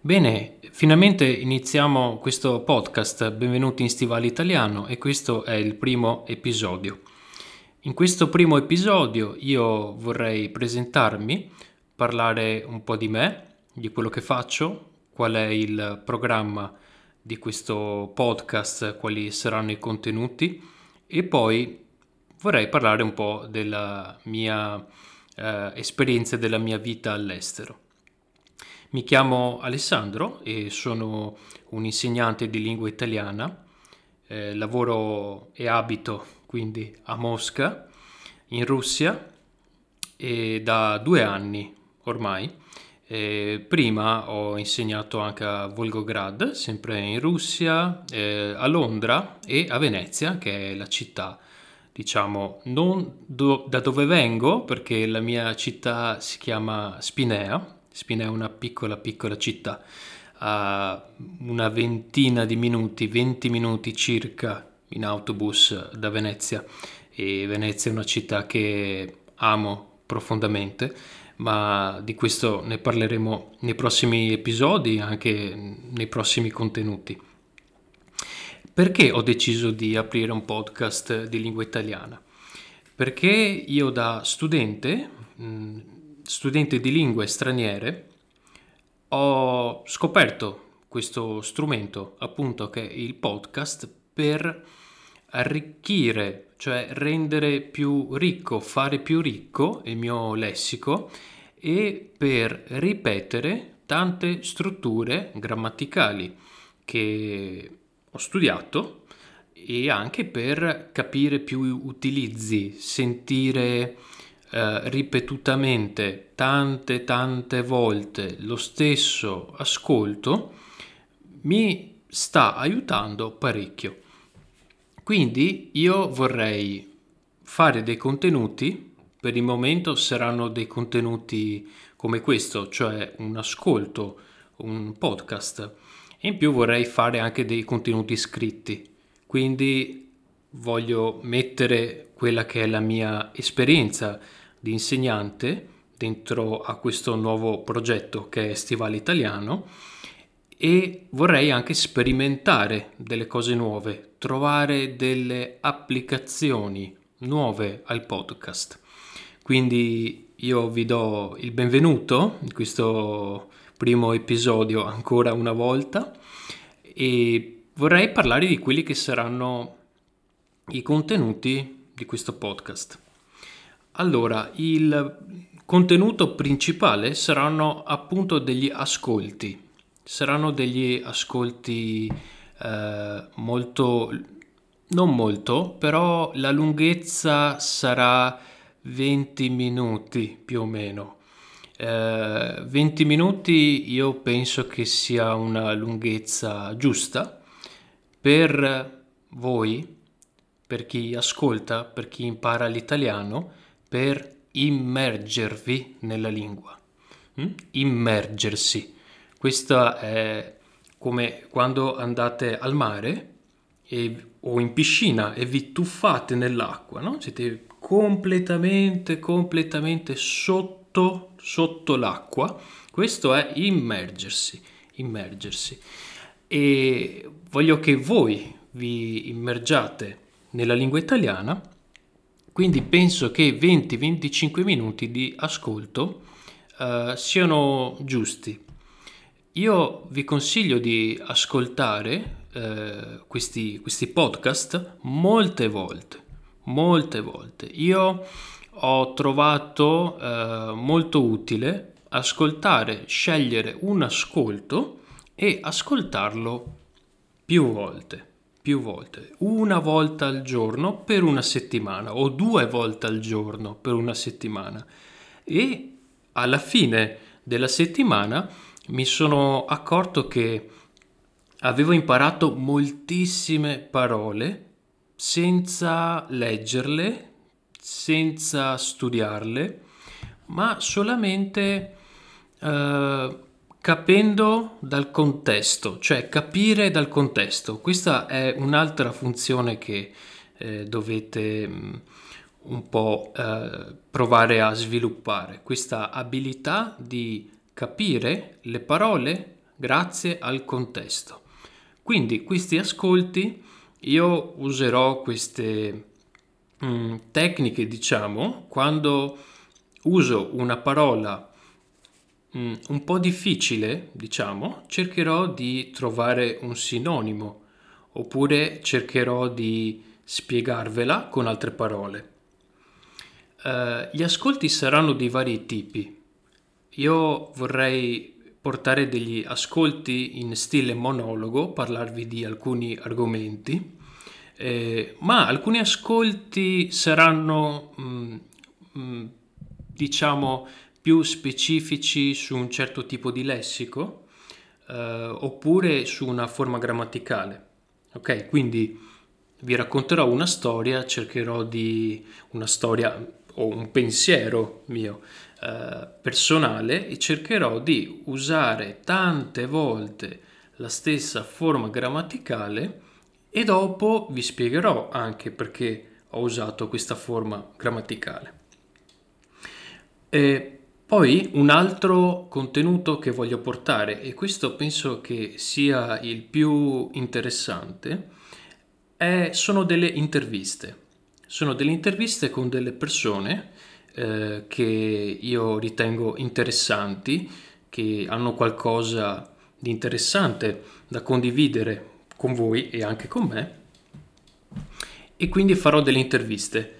Bene, finalmente iniziamo questo podcast. Benvenuti in Stivale Italiano e questo è il primo episodio. In questo primo episodio io vorrei presentarmi, parlare un po' di me, di quello che faccio, qual è il programma di questo podcast, quali saranno i contenuti e poi vorrei parlare un po' della mia esperienza e della mia vita all'estero. Mi chiamo Alessandro e sono un insegnante di lingua italiana. Lavoro e abito quindi a Mosca, in Russia, e da 2 anni ormai. Prima ho insegnato anche a Volgograd, sempre in Russia, a Londra e a Venezia, che è la città, diciamo, non da dove vengo, perché la mia città si chiama Spinea. Spinea è una piccola città, a una ventina di minuti, 20 minuti circa in autobus da Venezia. E Venezia è una città che amo profondamente, ma di questo ne parleremo nei prossimi episodi, anche nei prossimi contenuti. Perché ho deciso di aprire un podcast di lingua italiana? Perché io da studente di lingue straniere, ho scoperto questo strumento, appunto, che è il podcast, per arricchire, cioè rendere più ricco, fare più ricco il mio lessico e per ripetere tante strutture grammaticali che ho studiato e anche per capire più utilizzi, sentire ripetutamente tante volte lo stesso ascolto mi sta aiutando parecchio. Quindi io vorrei fare dei contenuti, per il momento saranno dei contenuti come questo, cioè un ascolto, un podcast, e in più vorrei fare anche dei contenuti scritti. Quindi voglio mettere quella che è la mia esperienza di insegnante dentro a questo nuovo progetto che è Stivale Italiano e vorrei anche sperimentare delle cose nuove, trovare delle applicazioni nuove al podcast. Quindi io vi do il benvenuto in questo primo episodio ancora una volta e vorrei parlare di quelli che saranno i contenuti di questo podcast. Allora, il contenuto principale saranno appunto degli ascolti. Saranno degli ascolti molto, non molto, però la lunghezza sarà 20 minuti più o meno. 20 minuti io penso che sia una lunghezza giusta per voi, per chi ascolta, per chi impara l'italiano, per immergervi nella lingua. Immergersi. Questo è come quando andate al mare o in piscina e vi tuffate nell'acqua, no? Siete completamente sotto l'acqua. Questo è immergersi. E voglio che voi vi immergiate nella lingua italiana, quindi penso che 20-25 minuti di ascolto siano giusti. Io vi consiglio di ascoltare questi podcast molte volte. Io ho trovato molto utile scegliere un ascolto e ascoltarlo più volte, una volta al giorno per una settimana o 2 volte al giorno per una settimana e alla fine della settimana mi sono accorto che avevo imparato moltissime parole senza leggerle, senza studiarle, ma solamente capendo dal contesto, cioè capire dal contesto. Questa è un'altra funzione che dovete un po' provare a sviluppare, questa abilità di capire le parole grazie al contesto. Quindi questi ascolti io userò queste tecniche, diciamo, quando uso una parola un po' difficile, diciamo, cercherò di trovare un sinonimo oppure cercherò di spiegarvela con altre parole. Gli ascolti saranno di vari tipi. Io vorrei portare degli ascolti in stile monologo, parlarvi di alcuni argomenti, ma alcuni ascolti saranno, diciamo, più specifici su un certo tipo di lessico, oppure su una forma grammaticale. Ok, quindi vi racconterò una storia, cercherò di una storia o un pensiero mio personale e cercherò di usare tante volte la stessa forma grammaticale e dopo vi spiegherò anche perché ho usato questa forma grammaticale. E poi un altro contenuto che voglio portare, e questo penso che sia il più interessante, sono delle interviste. Sono delle interviste con delle persone che io ritengo interessanti, che hanno qualcosa di interessante da condividere con voi e anche con me, e quindi farò delle interviste.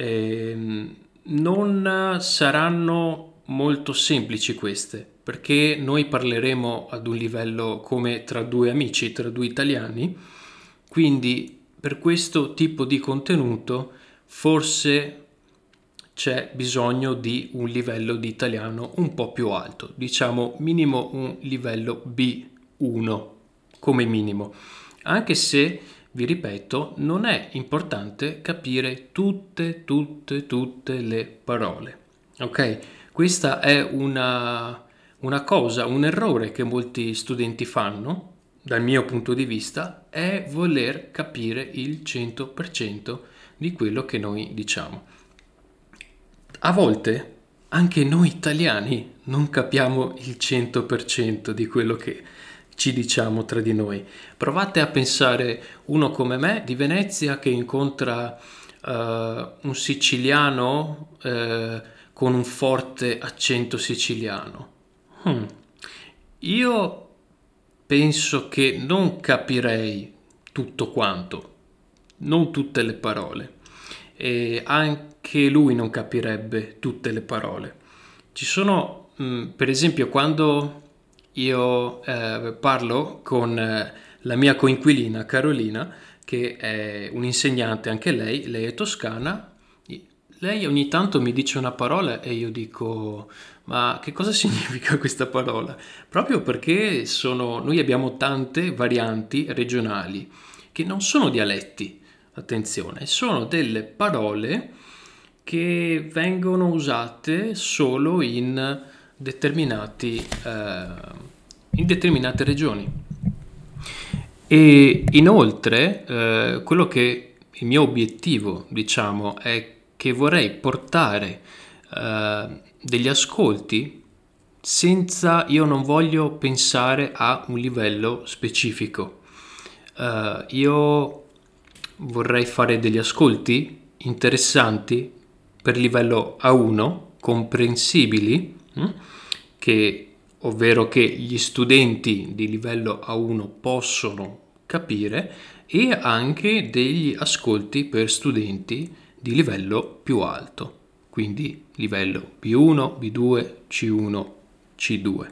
Non saranno molto semplici queste, perché noi parleremo ad un livello come tra due amici, tra due italiani, quindi per questo tipo di contenuto forse c'è bisogno di un livello di italiano un po' più alto, diciamo minimo un livello B1 come minimo, anche se vi ripeto, non è importante capire tutte le parole. Ok? Questa è una cosa, un errore che molti studenti fanno, dal mio punto di vista, è voler capire il 100% di quello che noi diciamo. A volte anche noi italiani non capiamo il 100% di quello che ci diciamo tra di noi. Provate a pensare uno come me di Venezia che incontra un siciliano con un forte accento siciliano. Io penso che non capirei tutto quanto, non tutte le parole, e anche lui non capirebbe tutte le parole. Ci sono, per esempio, quando io parlo con la mia coinquilina Carolina, che è un'insegnante anche lei è toscana. Lei ogni tanto mi dice una parola e io dico: ma che cosa significa questa parola? Proprio perché noi abbiamo tante varianti regionali che non sono dialetti, attenzione, sono delle parole che vengono usate solo in determinate regioni. E inoltre, quello che il mio obiettivo, diciamo, è che vorrei portare degli ascolti senza, io non voglio pensare a un livello specifico. Io vorrei fare degli ascolti interessanti per livello A1, comprensibili, ovvero che gli studenti di livello A1 possono capire, e anche degli ascolti per studenti di livello più alto, quindi livello B1, B2, C1, C2.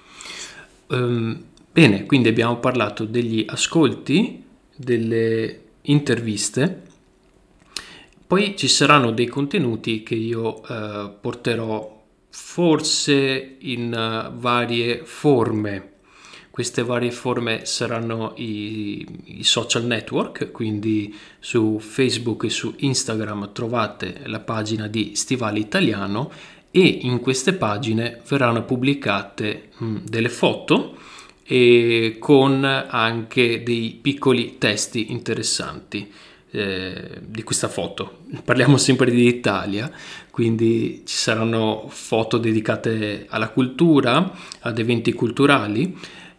Bene, quindi abbiamo parlato degli ascolti, delle interviste, poi ci saranno dei contenuti che io porterò forse in varie forme. Queste varie forme saranno i social network, quindi su Facebook e su Instagram trovate la pagina di Stivale Italiano e in queste pagine verranno pubblicate delle foto e con anche dei piccoli testi interessanti di questa foto. Parliamo sempre di Italia, quindi ci saranno foto dedicate alla cultura, ad eventi culturali,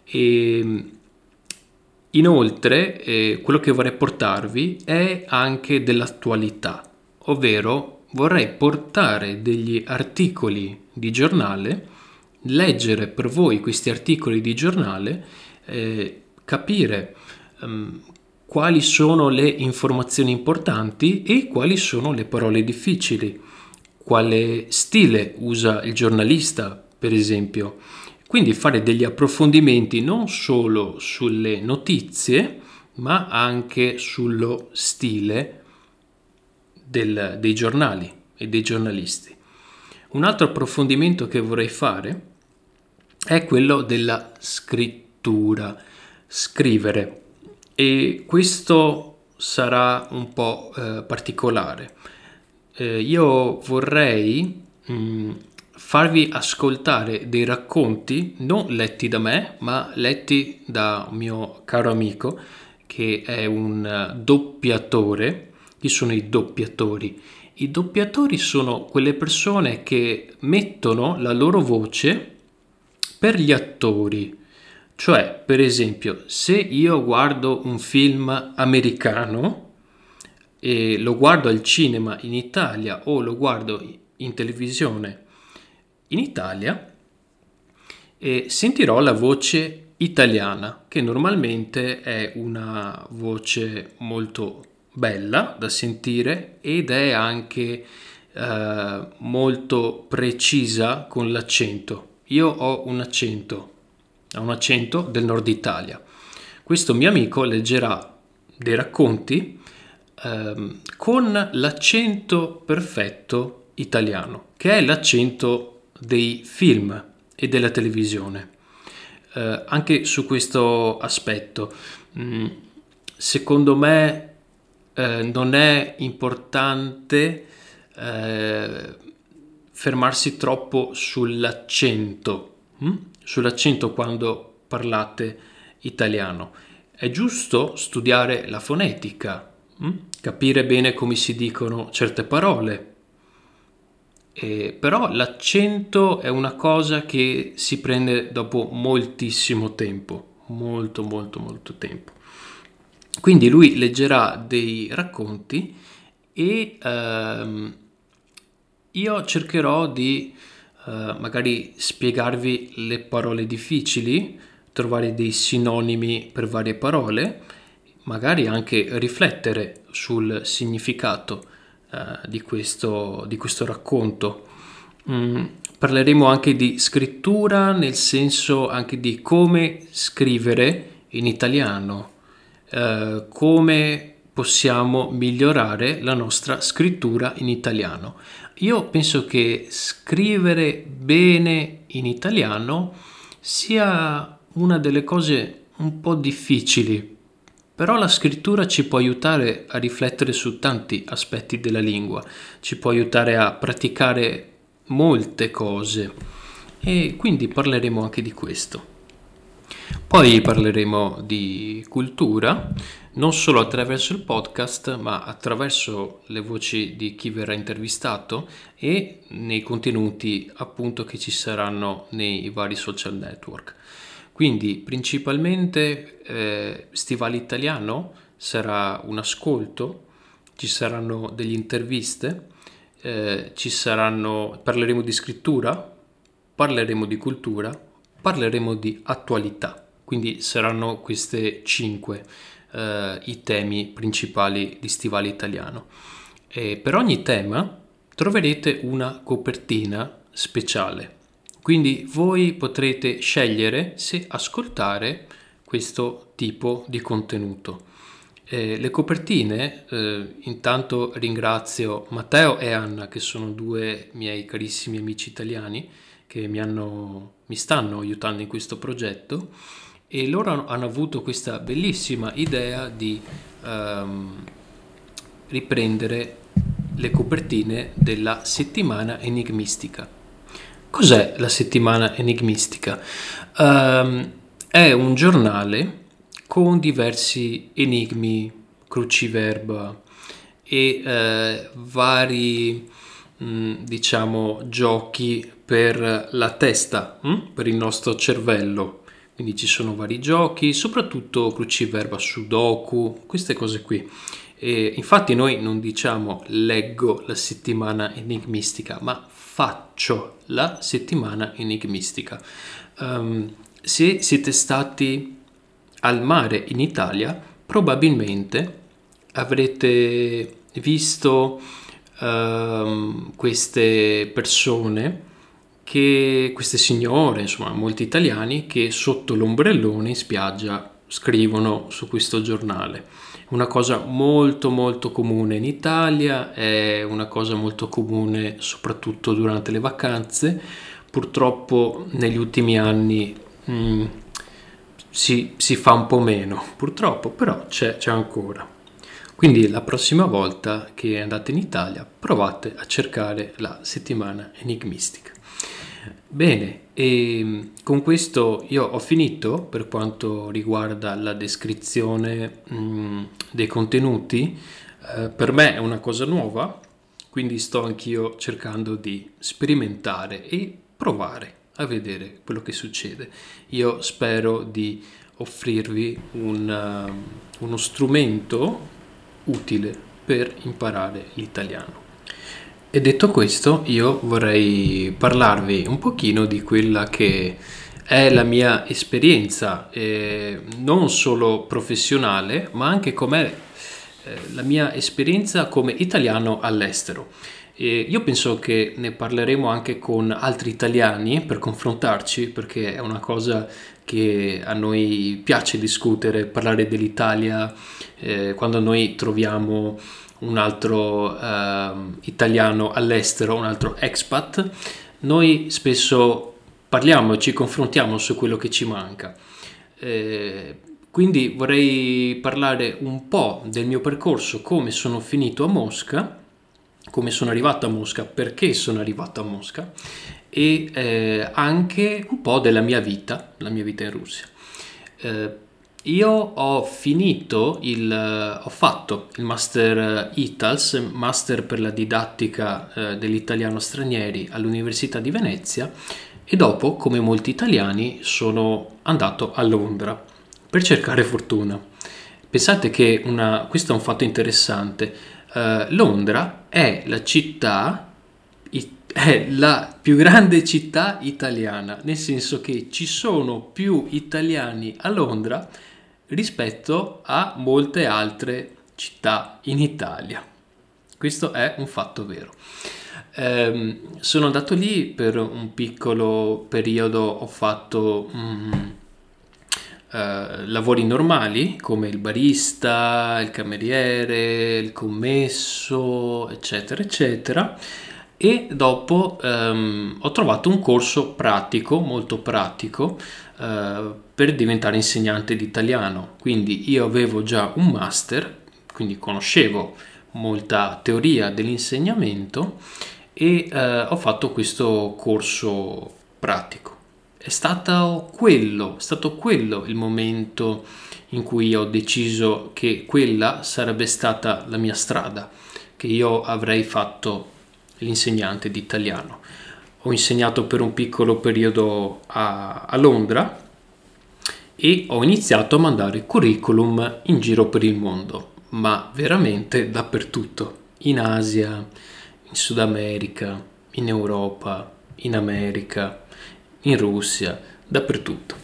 E inoltre, quello che vorrei portarvi è anche dell'attualità, ovvero vorrei portare degli articoli di giornale, leggere per voi questi articoli di giornale, capire quali sono le informazioni importanti e quali sono le parole difficili, quale stile usa il giornalista, per esempio. Quindi fare degli approfondimenti non solo sulle notizie, ma anche sullo stile dei giornali e dei giornalisti. Un altro approfondimento che vorrei fare è quello della scrittura, scrivere, e questo sarà un po' particolare. Io vorrei farvi ascoltare dei racconti non letti da me, ma letti da un mio caro amico che è un doppiatore. Chi sono i doppiatori? I doppiatori sono quelle persone che mettono la loro voce per gli attori. Cioè, per esempio, se io guardo un film americano e lo guardo al cinema in Italia o lo guardo in televisione in Italia, sentirò la voce italiana, che normalmente è una voce molto bella da sentire ed è anche molto precisa con l'accento. Io ho un accento del nord Italia. Questo mio amico leggerà dei racconti con l'accento perfetto italiano, che è l'accento dei film e della televisione. Anche su questo aspetto, secondo me non è importante fermarsi troppo sull'accento quando parlate italiano. È giusto studiare la fonetica, capire bene come si dicono certe parole. Però l'accento è una cosa che si prende dopo moltissimo tempo, molto molto molto tempo. Quindi lui leggerà dei racconti e io cercherò di magari spiegarvi le parole difficili, trovare dei sinonimi per varie parole, magari anche riflettere sul significato di questo racconto. Parleremo anche di scrittura, nel senso anche di come scrivere in italiano, come possiamo migliorare la nostra scrittura in italiano. Io penso che scrivere bene in italiano sia una delle cose un po' difficili, però la scrittura ci può aiutare a riflettere su tanti aspetti della lingua, ci può aiutare a praticare molte cose e quindi parleremo anche di questo. Poi parleremo di cultura, non solo attraverso il podcast, ma attraverso le voci di chi verrà intervistato e nei contenuti appunto che ci saranno nei vari social network. Quindi principalmente Stivale Italiano sarà un ascolto, ci saranno delle interviste, parleremo di scrittura, parleremo di cultura, parleremo di attualità. Quindi saranno queste 5 i temi principali di Stivale Italiano. Per ogni tema troverete una copertina speciale. Quindi voi potrete scegliere se ascoltare questo tipo di contenuto. Le copertine, intanto ringrazio Matteo e Anna, che sono 2 miei carissimi amici italiani che mi stanno aiutando in questo progetto, e loro hanno avuto questa bellissima idea di riprendere le copertine della settimana enigmistica. Cos'è la settimana enigmistica? È un giornale con diversi enigmi, cruciverba e vari diciamo giochi per la testa, per il nostro cervello. quindi ci sono vari giochi, soprattutto cruciverba, sudoku, queste cose qui. E infatti noi non diciamo leggo la settimana enigmistica, ma faccio la settimana enigmistica. Se siete stati al mare in Italia, probabilmente avrete visto queste persone, queste signore, insomma, molti italiani che sotto l'ombrellone in spiaggia scrivono su questo giornale. Una cosa molto molto comune in Italia, è una cosa molto comune soprattutto durante le vacanze. Purtroppo negli ultimi anni si fa un po' meno, purtroppo, però c'è ancora. Quindi la prossima volta che andate in Italia provate a cercare la settimana enigmistica. Bene, e con questo io ho finito per quanto riguarda la descrizione dei contenuti. Per me è una cosa nuova, quindi sto anch'io cercando di sperimentare e provare a vedere quello che succede. Io spero di offrirvi uno strumento utile per imparare l'italiano. E detto questo, io vorrei parlarvi un pochino di quella che è la mia esperienza, non solo professionale, ma anche com'è la mia esperienza come italiano all'estero. E io penso che ne parleremo anche con altri italiani per confrontarci, perché è una cosa che a noi piace discutere, parlare dell'Italia, quando noi troviamo un altro italiano all'estero, un altro expat, noi spesso parliamo e ci confrontiamo su quello che ci manca. Quindi vorrei parlare un po' del mio percorso, come sono finito a Mosca, come sono arrivato a Mosca, perché sono arrivato a Mosca e anche un po' della mia vita in Russia. Io ho fatto il Master ITALS, Master per la didattica dell'italiano stranieri all'Università di Venezia, e dopo, come molti italiani, sono andato a Londra per cercare fortuna. Pensate che questo è un fatto interessante. Londra è è la più grande città italiana, nel senso che ci sono più italiani a Londra rispetto a molte altre città in Italia. Questo è un fatto vero. Sono andato lì per un piccolo periodo, ho fatto lavori normali come il barista, il cameriere, il commesso, eccetera, eccetera. E dopo ho trovato un corso pratico, molto pratico, per diventare insegnante di italiano. Quindi io avevo già un master, quindi conoscevo molta teoria dell'insegnamento e ho fatto questo corso pratico. È stato quello il momento in cui ho deciso che quella sarebbe stata la mia strada, che io avrei fatto l'insegnante di italiano. Ho insegnato per un piccolo periodo a Londra e ho iniziato a mandare curriculum in giro per il mondo, ma veramente dappertutto, in Asia, in Sud America, in Europa, in America, in Russia, dappertutto.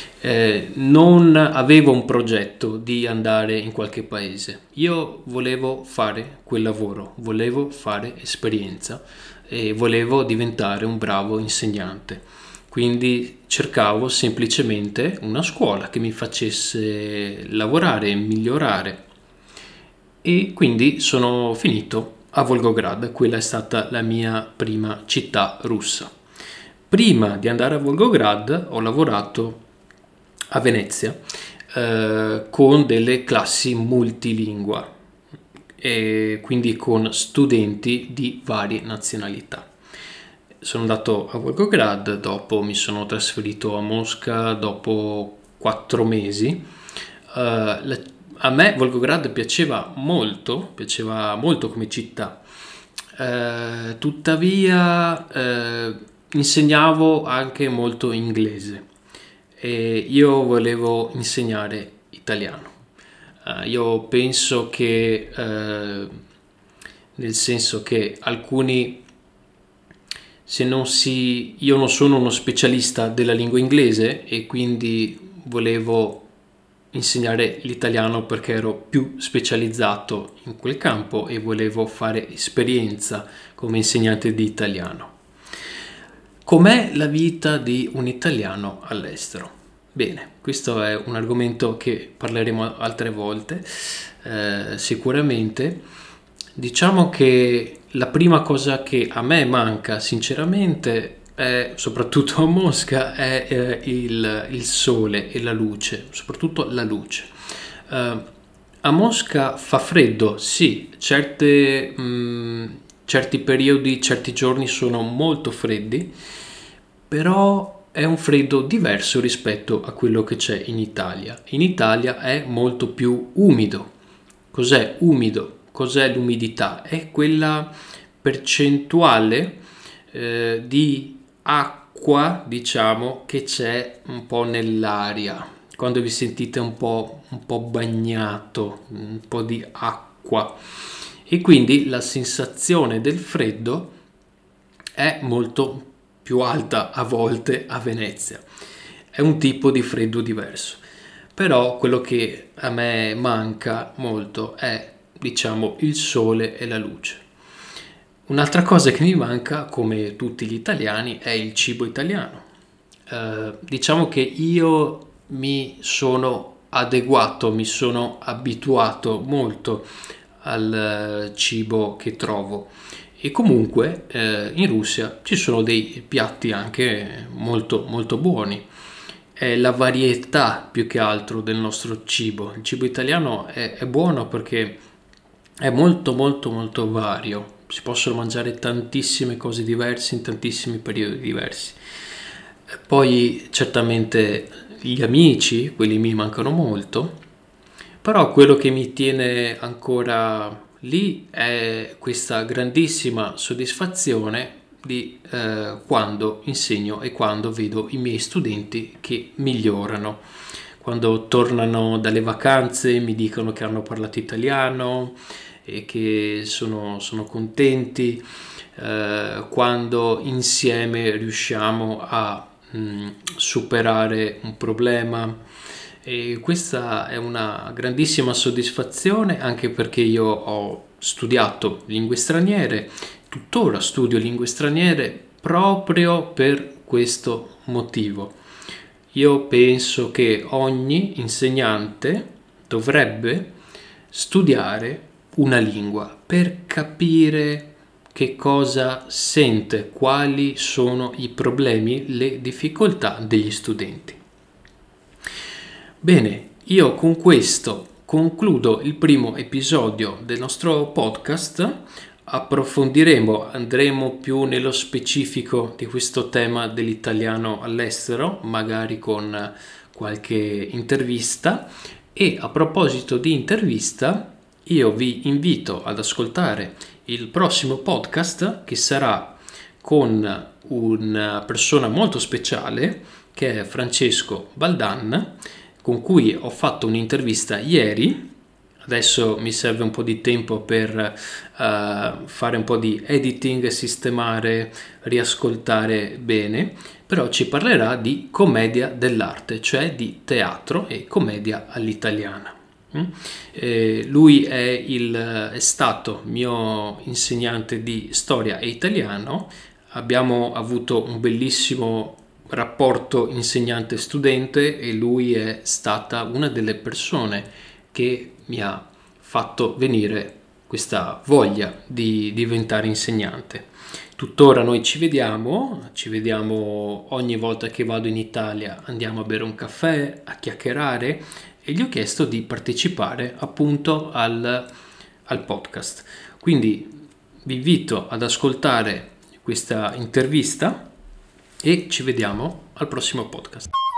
Non avevo un progetto di andare in qualche paese, io volevo fare quel lavoro, volevo fare esperienza e volevo diventare un bravo insegnante. Quindi cercavo semplicemente una scuola che mi facesse lavorare e migliorare. E quindi sono finito a Volgograd, quella è stata la mia prima città russa. Prima di andare a Volgograd ho lavorato a Venezia con delle classi multilingua e quindi con studenti di varie nazionalità. Sono andato a Volgograd, dopo mi sono trasferito a Mosca dopo 4 mesi. A me Volgograd piaceva molto come città. Tuttavia insegnavo anche molto inglese e io volevo insegnare italiano. Io penso che, nel senso che io non sono uno specialista della lingua inglese e quindi volevo insegnare l'italiano perché ero più specializzato in quel campo e volevo fare esperienza come insegnante di italiano. Com'è la vita di un italiano all'estero? Bene, questo è un argomento che parleremo altre volte, sicuramente. Diciamo che la prima cosa che a me manca sinceramente soprattutto a Mosca, è il sole e la luce, soprattutto la luce. A Mosca fa freddo, sì, certi periodi, certi giorni sono molto freddi, però è un freddo diverso rispetto a quello che c'è in Italia. In Italia è molto più umido. Cos'è umido? Cos'è l'umidità? È quella percentuale di acqua, diciamo, che c'è un po' nell'aria. Quando vi sentite un po' bagnato, un po' di acqua. E quindi la sensazione del freddo è molto più alta a volte a Venezia. È un tipo di freddo diverso. Però quello che a me manca molto è, diciamo, il sole e la luce. Un'altra cosa che mi manca, come tutti gli italiani, è il cibo italiano. Diciamo che io mi sono adeguato, mi sono abituato molto al cibo che trovo. E comunque in Russia ci sono dei piatti anche molto, molto buoni. È la varietà più che altro del nostro cibo. Il cibo italiano è buono perché è molto, molto, molto vario. Si possono mangiare tantissime cose diverse in tantissimi periodi diversi. Poi certamente gli amici, quelli mi mancano molto, però quello che mi tiene ancora lì è questa grandissima soddisfazione di quando insegno e quando vedo i miei studenti che migliorano. Quando tornano dalle vacanze mi dicono che hanno parlato italiano e che sono contenti, quando insieme riusciamo a superare un problema, e questa è una grandissima soddisfazione, anche perché io ho studiato lingue straniere, tuttora studio lingue straniere proprio per questo motivo. Io penso che ogni insegnante dovrebbe studiare una lingua per capire che cosa sente, quali sono i problemi, le difficoltà degli studenti. Bene, io con questo concludo il primo episodio del nostro podcast. Approfondiremo, andremo più nello specifico di questo tema dell'italiano all'estero, magari con qualche intervista. E a proposito di intervista, io vi invito ad ascoltare il prossimo podcast, che sarà con una persona molto speciale, che è Francesco Baldan, con cui ho fatto un'intervista ieri. Adesso mi serve un po' di tempo per fare un po' di editing, sistemare, riascoltare bene, però ci parlerà di commedia dell'arte, cioè di teatro e commedia all'italiana. Lui è stato mio insegnante di storia e italiano. Abbiamo avuto un bellissimo rapporto insegnante-studente e lui è stata una delle persone che mi ha fatto venire questa voglia di diventare insegnante. Tuttora noi ci vediamo ogni volta che vado in Italia, andiamo a bere un caffè, a chiacchierare, e gli ho chiesto di partecipare appunto al podcast. Quindi vi invito ad ascoltare questa intervista e ci vediamo al prossimo podcast.